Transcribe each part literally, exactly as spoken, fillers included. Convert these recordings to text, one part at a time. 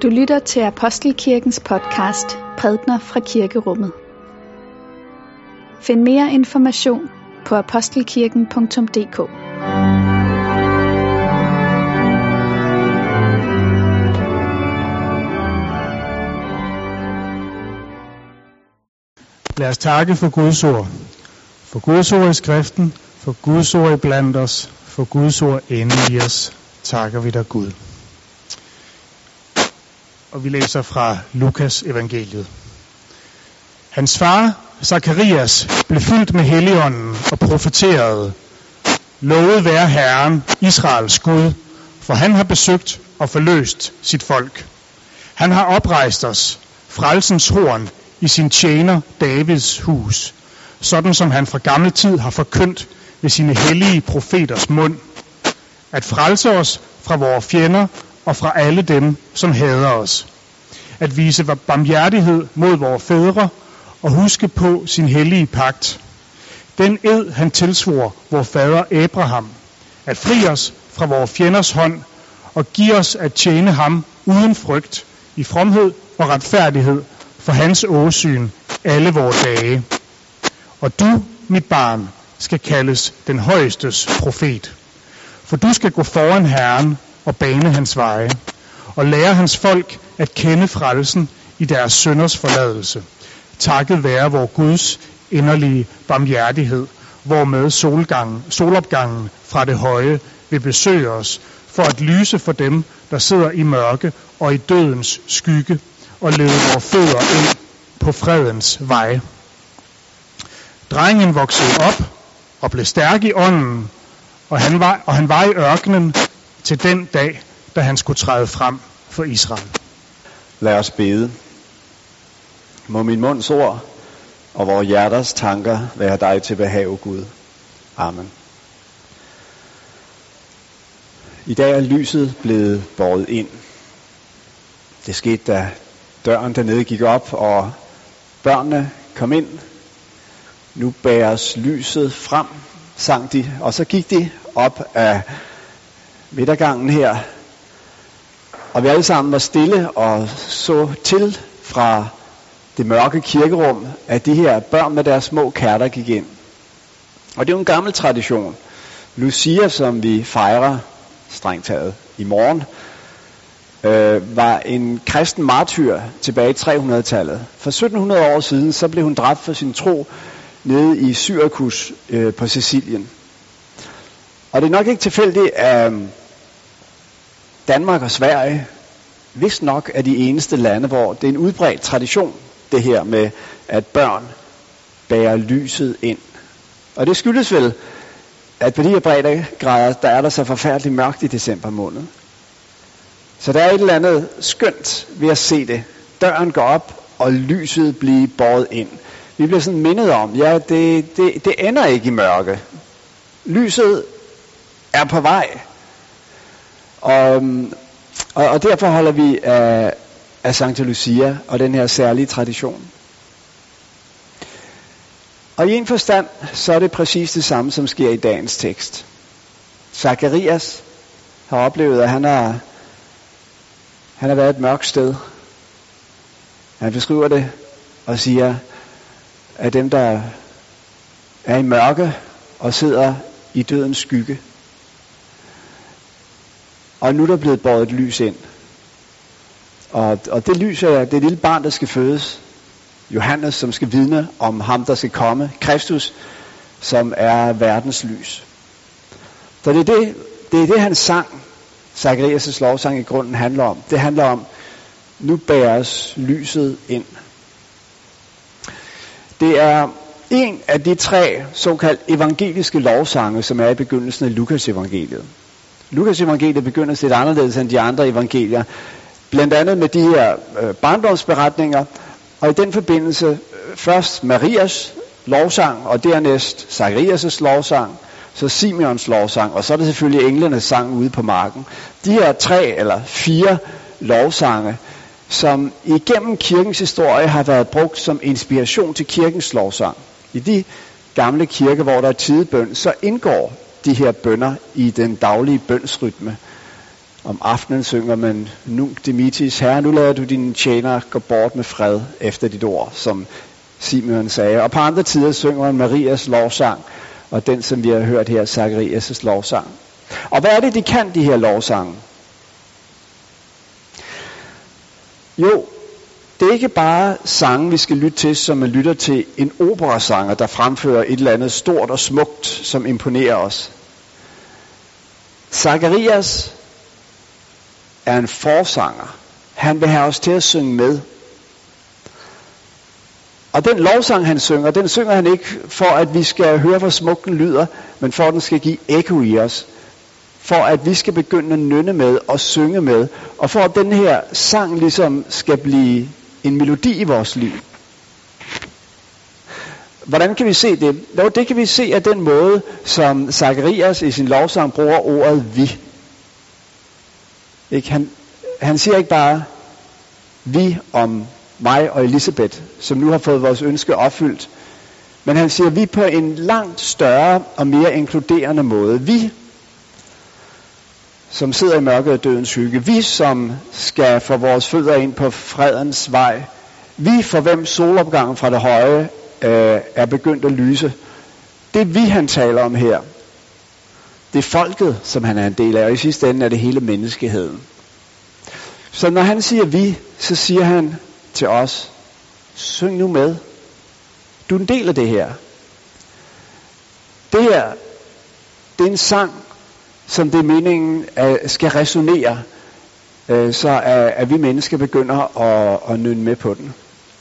Du lytter til Apostelkirkens podcast Prædner fra Kirkerummet. Find mere information på apostelkirken punktum d k. Lad os takke for Guds ord. For Guds ord i skriften, for Guds ord i blandt os, for Guds ord inde i os, takker vi dig Gud. Og vi læser fra Lukas evangeliet. Hans far, Zakarias, blev fyldt med Helligånden og profeterede: Lovet være Herren, Israels Gud, for han har besøgt og forløst sit folk. Han har oprejst os, frelsens horn, i sin tjener Davids hus, sådan som han fra gammel tid har forkyndt ved sine hellige profeters mund, at frelse os fra vores fjender og fra alle dem, som hader os, at vise barmhjertighed mod vores fædre og huske på sin hellige pagt, den ed han tilsvor vor fader Abraham, at fri os fra vores fjenders hånd og give os at tjene ham uden frygt, i fromhed og retfærdighed for hans åsyn alle vore dage. Og du, mit barn, skal kaldes den højestes profet. For du skal gå foran Herren og bane hans veje, og lære hans folk at kende frelsen i deres synders forladelse. Takket være vor Guds inderlige barmhjertighed, hvormed solgangen, solopgangen fra det høje vil besøge os, for at lyse for dem, der sidder i mørke og i dødens skygge, og lede vores fødder ind på fredens vej. Drengen voksede op og blev stærk i ånden, og han var, og han var i ørkenen til den dag, da han skulle træde frem for Israel. Lad os bede. Må min munds ord og vores hjerters tanker være dig til behag, Gud. Amen. I dag er lyset blevet båret ind. Det skete, da døren dernede gik op, og børnene kom ind. Nu bæres lyset frem, sang de, og så gik de op af midtergangen her. Og vi alle sammen var stille og så til fra det mørke kirkerum, at de her børn med deres små kærter gik ind. Og det er jo en gammel tradition. Lucia, som vi fejrer strengt taget i morgen, øh, var en kristen martyr tilbage i tre hundrede-tallet. For sytten hundrede år siden, så blev hun dræbt for sin tro nede i Syrakus øh, på Sicilien. Og det er nok ikke tilfældigt, at Danmark og Sverige vist nok er de eneste lande, hvor det er en udbredt tradition, det her med, at børn bærer lyset ind. Og det skyldes vel, at på de her breddegrader, der er der så forfærdeligt mørkt i december måned. Så der er et eller andet skønt ved at se det. Døren går op, og lyset bliver båret ind. Vi bliver sådan mindet om, ja, det, det, det ender ikke i mørke. Lyset er på vej. Og, og, og derfor holder vi af, af Sankta Lucia og den her særlige tradition. Og i en forstand, så er det præcis det samme, som sker i dagens tekst. Zakarias har oplevet, at han har, han har været et mørkt sted. Han beskriver det og siger, at dem, der er i mørke og sidder i dødens skygge. Og nu er der blevet båret et lys ind. Og, og det lys er det lille barn, der skal fødes. Johannes, som skal vidne om ham, der skal komme. Kristus, som er verdens lys. Så det er det, det, er det han sang, Zakarias' lovsang i grunden handler om. Det handler om, nu bæres lyset ind. Det er en af de tre såkaldt evangeliske lovsange, som er i begyndelsen af Lukas evangeliet. Lukas evangeliet begynder lidt anderledes end de andre evangelier. Blandt andet med de her øh, barndomsberetninger. Og i den forbindelse øh, først Marias lovsang, og dernæst Zakarias' lovsang, så Simeons lovsang, og så er det selvfølgelig englenes sang ude på marken. De her tre eller fire lovsange, som igennem kirkens historie har været brugt som inspiration til kirkens lovsang. I de gamle kirker, hvor der er tidebøn, så indgår de her bønner i den daglige bønsrytme. Om aftenen synger man Nunc dimittis, Herre, nu lader du dine tjenere gå bort med fred efter dit ord, som Simeon sagde. Og på andre tider synger man Marias lovsang, og den, som vi har hørt her, Zacharias' lovsang. Og hvad er det, de kan, de her lovsange? Jo, det er ikke bare sange, vi skal lytte til, som man lytter til en operasanger, der fremfører et eller andet stort og smukt, som imponerer os. Zacharias er en forsanger. Han vil have os til at synge med. Og den lovsang, han synger, den synger han ikke for, at vi skal høre, hvor smukt den lyder, men for, at den skal give ekko i os. For at vi skal begynde at nynne med og synge med. Og for at den her sang ligesom skal blive en melodi i vores liv. Hvordan kan vi se det? Jo, det kan vi se af den måde, som Zacharias i sin lovsang bruger ordet vi. Ikke? Han, han siger ikke bare vi om mig og Elisabeth, som nu har fået vores ønske opfyldt. Men han siger vi på en langt større og mere inkluderende måde. Vi, som sidder i mørket af dødens skygge. Vi, som skal få vores fødder ind på fredens vej. Vi, for hvem solopgangen fra det høje øh, er begyndt at lyse. Det vi, han taler om her, det er folket, som han er en del af, og i sidste ende er det hele menneskeheden. Så når han siger vi, så siger han til os, syng nu med. Du er en del af det her. Det her, det er en sang, som det er meningen at skal resonere, øh, så at, at vi mennesker begynder at, at nynne med på den.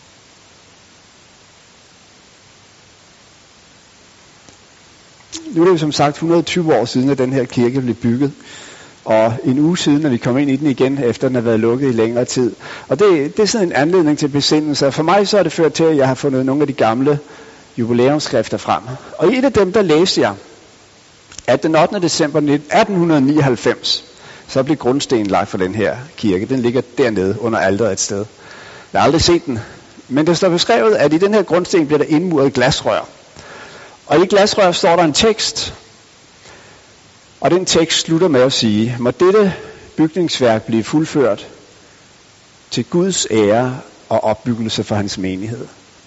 Nu er det jo som sagt et hundrede og tyve år siden, at den her kirke blev bygget. Og en uge siden, at vi kom ind i den igen, efter den har været lukket i længere tid. Og det, det er sådan en anledning til besindelse. For mig så er det ført til, at jeg har fundet nogle af de gamle jubilæumsskrifter frem. Og i et af dem, der læste jeg, at den ottende december atten nioghalvfems, så blev grundstenen lagt for den her kirke. Den ligger dernede under alteret et sted. Jeg har aldrig set den. Men der står beskrevet, at i den her grundsten bliver der indmuret glasrør. Og i glasrør står der en tekst. Og den tekst slutter med at sige, må dette bygningsværk blive fuldført til Guds ære og opbyggelse for hans menighed.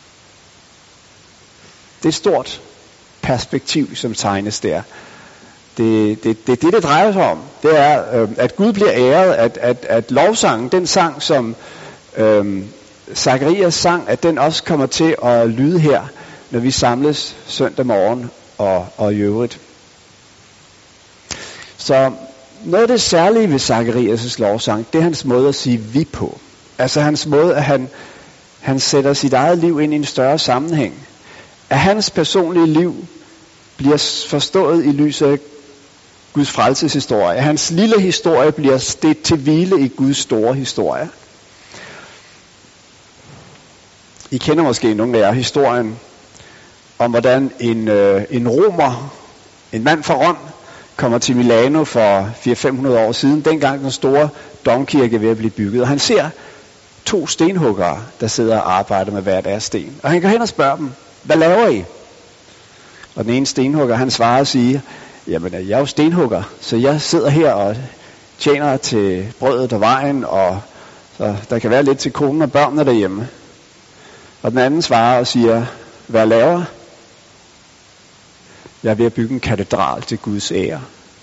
Det er et stort perspektiv, som tegnes der. Det, det, det, det, det drejer sig om, det er, øh, at Gud bliver æret, at, at, at lovsangen, den sang, som øh, Zacharias sang, at den også kommer til at lyde her, når vi samles søndag morgen og, og i øvrigt. Så noget af det særlige ved Zacharias' lovsang, det er hans måde at sige vi på. Altså hans måde, at han, han sætter sit eget liv ind i en større sammenhæng. At hans personlige liv bliver forstået i lyset af Guds frelseshistorie. At hans lille historie bliver stedt til hvile i Guds store historie. I kender måske nogle af jer historien om, hvordan en, øh, en romer, en mand fra Rom, kommer til Milano for fire til fem hundrede år siden, dengang den store domkirke ved at blive bygget. Og han ser to stenhuggere, der sidder og arbejder med hver deres sten. Og han går hen og spørger dem, hvad laver I? Og den ene stenhugger, han svarer og siger, jamen jeg er jo stenhugger, så jeg sidder her og tjener til brødet og vejen, og så der kan være lidt til konen og børnene derhjemme. Og den anden svarer og siger, hvad laver? Jeg er ved at bygge en katedral til Guds ære.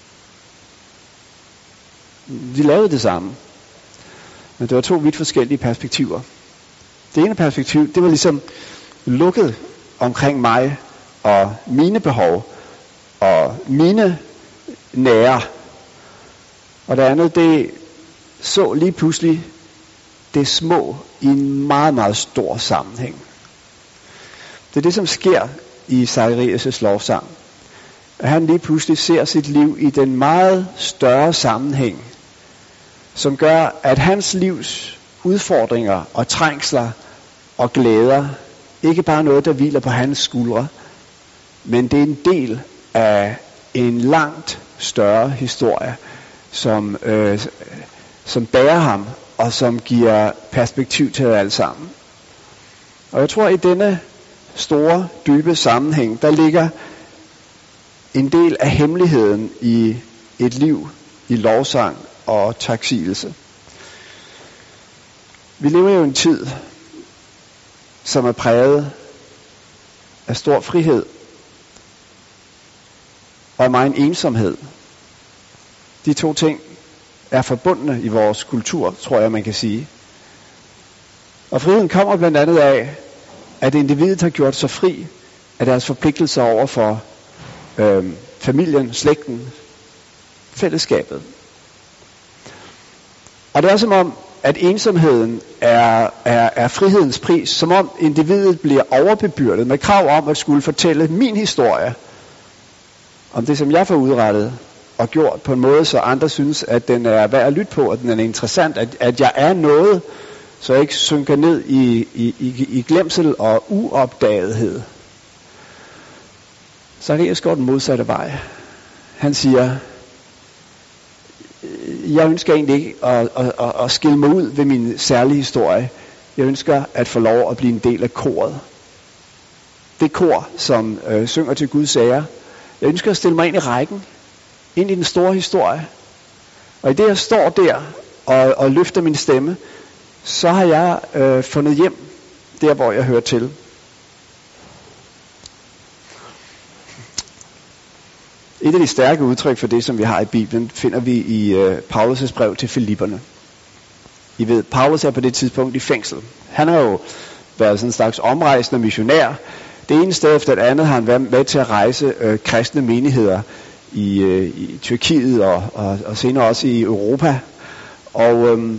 De lavede det samme. Men det var to vidt forskellige perspektiver. Det ene perspektiv, det var ligesom lukket omkring mig og mine behov og mine nære. Og det andet, det så lige pludselig det små i en meget, meget stor sammenhæng. Det er det, som sker i Zacharias' lovsang. At han lige pludselig ser sit liv i den meget større sammenhæng, som gør, at hans livs udfordringer og trængsler og glæder, ikke bare noget, der hviler på hans skuldre, men det er en del af en langt større historie, som, øh, som bærer ham, og som giver perspektiv til det alt sammen. Og jeg tror, i denne store, dybe sammenhæng, der ligger en del af hemmeligheden i et liv i lovsang og taksigelse. Vi lever jo i en tid, som er præget af stor frihed og af meget ensomhed. De to ting er forbundne i vores kultur, tror jeg, man kan sige. Og friheden kommer blandt andet af, at individet har gjort sig fri af deres forpligtelser over for øh, familien, slægten, fællesskabet. Og det er som om, at ensomheden er, er, er frihedens pris, som om individet bliver overbebyrdet med krav om at skulle fortælle min historie om det, som jeg får udrettet og gjort på en måde, så andre synes, at den er værd at lytte på, og den er interessant, at, at jeg er noget, så jeg ikke synker ned i, i, i, i glemsel og uopdagethed. Zacharias går den modsatte vej. Han siger, jeg ønsker egentlig ikke at, at, at, at skille mig ud ved min særlige historie. Jeg ønsker at få lov at blive en del af koret. Det kor, som øh, synger til Guds ære. Jeg ønsker at stille mig ind i rækken, ind i den store historie. Og i det jeg står der og, og løfter min stemme, så har jeg øh, fundet hjem der, hvor jeg hører til. Et af de stærke udtryk for det, som vi har i Bibelen, finder vi i øh, Paulus' brev til Filipperne. I ved, Paulus er på det tidspunkt i fængsel. Han har jo været sådan en slags omrejsende missionær. Det ene sted efter det andet har han været med til at rejse øh, kristne menigheder i, øh, i Tyrkiet og, og, og senere også i Europa. Og øh,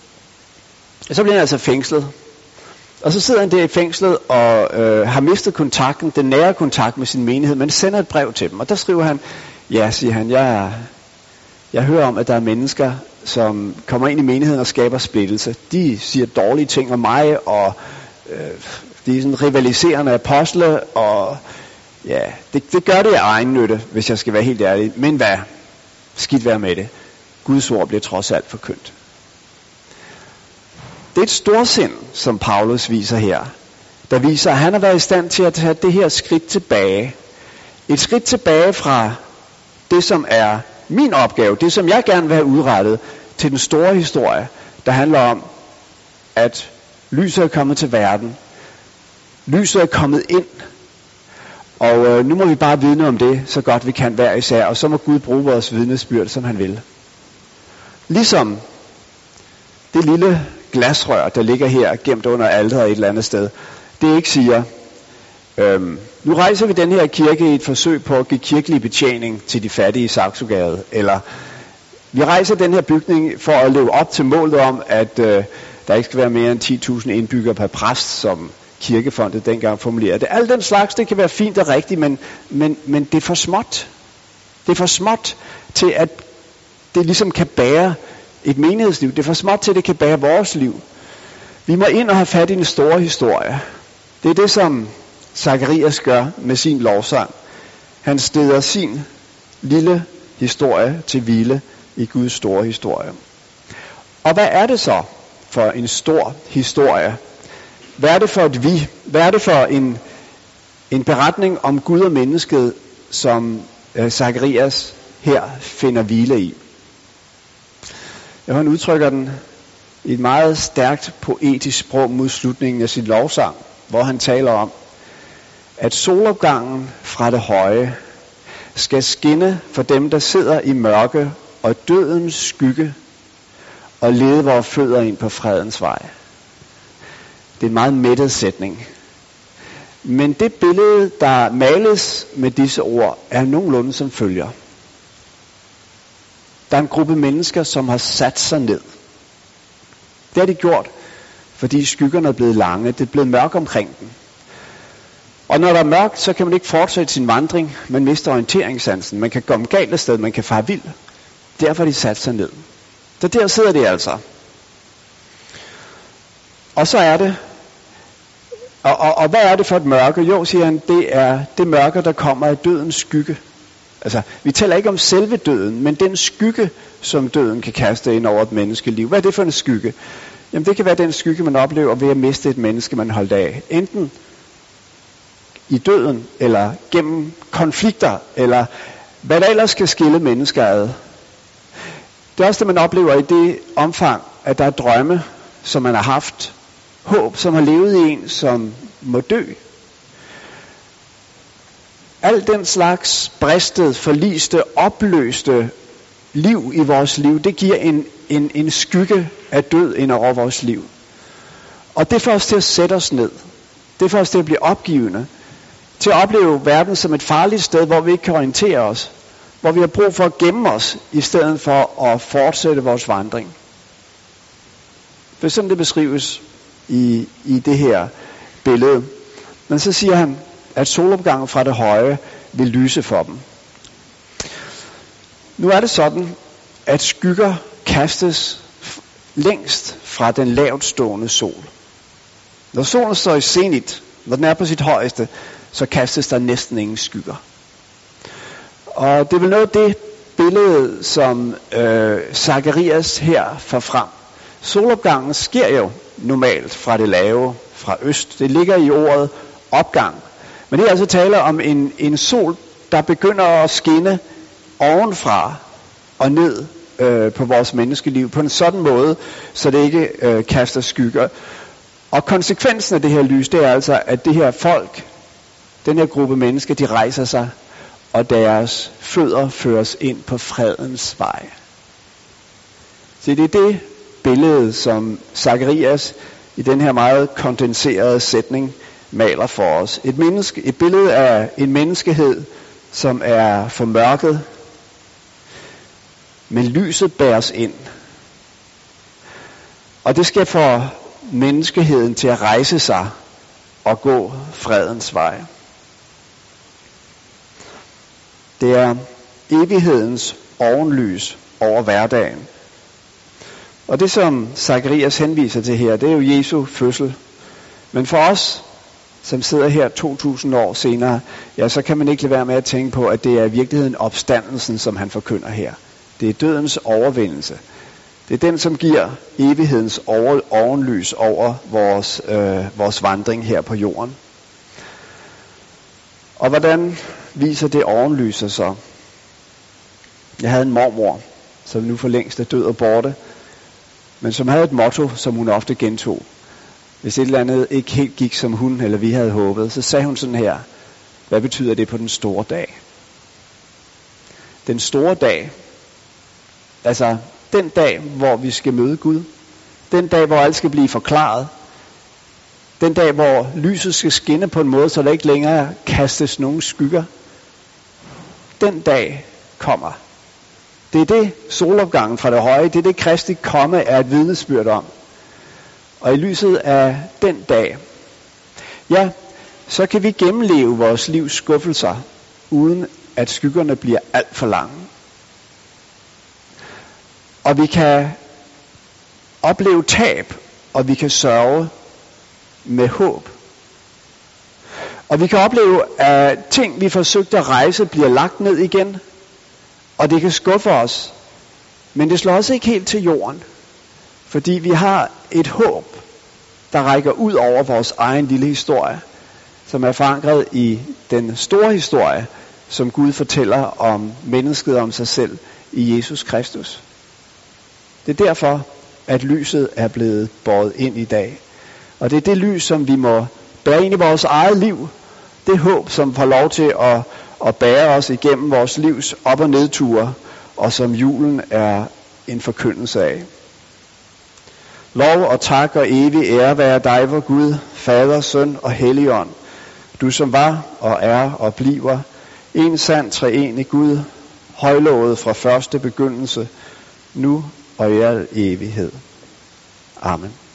så bliver han altså fængslet. Og så sidder han der i fængslet og øh, har mistet kontakten, den nære kontakt med sin menighed, men sender et brev til dem. Og der skriver han, ja, siger han, jeg, jeg hører om, at der er mennesker, som kommer ind i menigheden og skaber splittelse. De siger dårlige ting om mig, og øh, de er sådan rivaliserende apostle, og ja, det, det gør det af egen nytte, hvis jeg skal være helt ærlig. Men hvad? Skidt være med det. Guds ord bliver trods alt forkyndt. Det er et storsind, som Paulus viser her, der viser, at han har været i stand til at tage det her skridt tilbage. Et skridt tilbage fra det, som er min opgave, det som jeg gerne vil have udrettet, til den store historie, der handler om, at lyset er kommet til verden. Lyset er kommet ind. Og øh, nu må vi bare vidne om det, så godt vi kan hver især, og så må Gud bruge vores vidnesbyrd, som han vil. Ligesom det lille glasrør, der ligger her gemt under alteret et eller andet sted, det ikke siger, øhm, nu rejser vi den her kirke i et forsøg på at give kirkelig betjening til de fattige i Saxogade, eller vi rejser den her bygning for at leve op til målet om, at øh, der ikke skal være mere end ti tusind indbyggere per præst, som Kirkefondet dengang formulerede det. Al den slags, det kan være fint og rigtigt, men, men, men det er for småt. Det er for småt til, at det ligesom kan bære et menighedsliv. Det er for småt til, at det kan bære vores liv. Vi må ind og have fat i den store historie. Det er det, som Zacharias gør med sin lovsang. Han steder sin lille historie til hvile i Guds store historie. Og hvad er det så for en stor historie? Hvad er det for et vi? Hvad er det for en, en beretning om Gud og mennesket, som øh, Zacharias her finder hvile i? Ja, han udtrykker den i et meget stærkt poetisk sprog mod slutningen af sin lovsang, hvor han taler om, at solopgangen fra det høje skal skinne for dem, der sidder i mørke og dødens skygge, og lede vores fødder ind på fredens vej. Det er en meget mættet sætning. Men det billede, der males med disse ord, er nogenlunde som følger. Der er en gruppe mennesker, som har sat sig ned. Det har de gjort, fordi skyggerne er blevet lange. Det er blevet mørkt omkring dem. Og når der er mørkt, så kan man ikke fortsætte sin vandring. Man mister orienteringssansen. Man kan komme galt af sted. Man kan fare vild. Derfor har de sat sig ned. Så der sidder de altså. Og så er det. Og, og, og hvad er det for et mørke? Jo, siger han, det er det mørke, der kommer af dødens skygge. Altså, vi taler ikke om selve døden, men den skygge, som døden kan kaste ind over et menneskeliv. Hvad er det for en skygge? Jamen, det kan være den skygge, man oplever ved at miste et menneske, man holdt af. Enten i døden, eller gennem konflikter, eller hvad der ellers skal skille mennesker ad. Det er også det, man oplever i det omfang, at der er drømme, som man har haft. Håb, som har levet i en, som må dø. Al den slags bristet, forliste, opløste liv i vores liv, det giver en, en, en skygge af død ind over vores liv. Og det får os til at sætte os ned. Det får os til at blive opgivende. Til at opleve verden som et farligt sted, hvor vi ikke kan orientere os. Hvor vi har brug for at gemme os, i stedet for at fortsætte vores vandring. Det er sådan, det beskrives i, i det her billede. Men så siger han, at solopgangen fra det høje vil lyse for dem. Nu er det sådan, at skygger kastes længst fra den lavtstående sol. Når solen står i zenit, når den er på sit højeste, så kastes der næsten ingen skygger. Og det er vel noget af det billede, som øh, Zakarias her får frem. Solopgangen sker jo normalt fra det lave, fra øst. Det ligger i ordet opgang. Men det er altså tale om en, en sol, der begynder at skinne ovenfra og ned øh, på vores menneskeliv på en sådan måde, så det ikke øh, kaster skygger. Og konsekvensen af det her lys, det er altså, at det her folk, den her gruppe mennesker, de rejser sig, og deres fødder føres ind på fredens vej. Så det er det billede, som Zakarias i den her meget kondenserede sætning maler for os. Et, menneske, et billede af en menneskehed, som er formørket, men lyset bæres ind. Og det skal få menneskeheden til at rejse sig og gå fredens vej. Det er evighedens ovenlys over hverdagen. Og det, som Zakarias henviser til her, det er jo Jesu fødsel. Men for os, som sidder her to tusind år senere, ja, så kan man ikke lade være med at tænke på, at det er i virkeligheden opstandelsen, som han forkynder her. Det er dødens overvindelse. Det er den, som giver evighedens over, ovenlys over vores, øh, vores vandring her på jorden. Og hvordan viser det ovenlys sig så? Jeg havde en mormor, som nu for længst er død og borte, men som havde et motto, som hun ofte gentog. Hvis et eller andet ikke helt gik, som hun eller vi havde håbet, så sagde hun sådan her: hvad betyder det på den store dag? Den store dag, altså den dag, hvor vi skal møde Gud. Den dag, hvor alt skal blive forklaret. Den dag, hvor lyset skal skinne på en måde, så der ikke længere kastes nogen skygger. Den dag kommer. Det er det, solopgangen fra det høje, det er det, Kristi komme er et vidnesbyrd om. Og i lyset af den dag, ja, så kan vi gennemleve vores livs skuffelser, uden at skyggerne bliver alt for lange. Og vi kan opleve tab, og vi kan sørge med håb. Og vi kan opleve, at ting, vi forsøgte at rejse, bliver lagt ned igen. Og det kan skuffe os. Men det slår også ikke helt til jorden. Fordi vi har et håb, der rækker ud over vores egen lille historie. Som er forankret i den store historie, som Gud fortæller om mennesket og om sig selv i Jesus Kristus. Det er derfor, at lyset er blevet båret ind i dag. Og det er det lys, som vi må bære ind i vores eget liv. Det håb, som får lov til at, at bære os igennem vores livs op- og nedture, og som julen er en forkyndelse af. Lov og tak og evig ære være dig, vor Gud, Fader, Søn og Helligånd. Du som var og er og bliver en sand treenig Gud, højlovet fra første begyndelse, nu og i al evighed. Amen.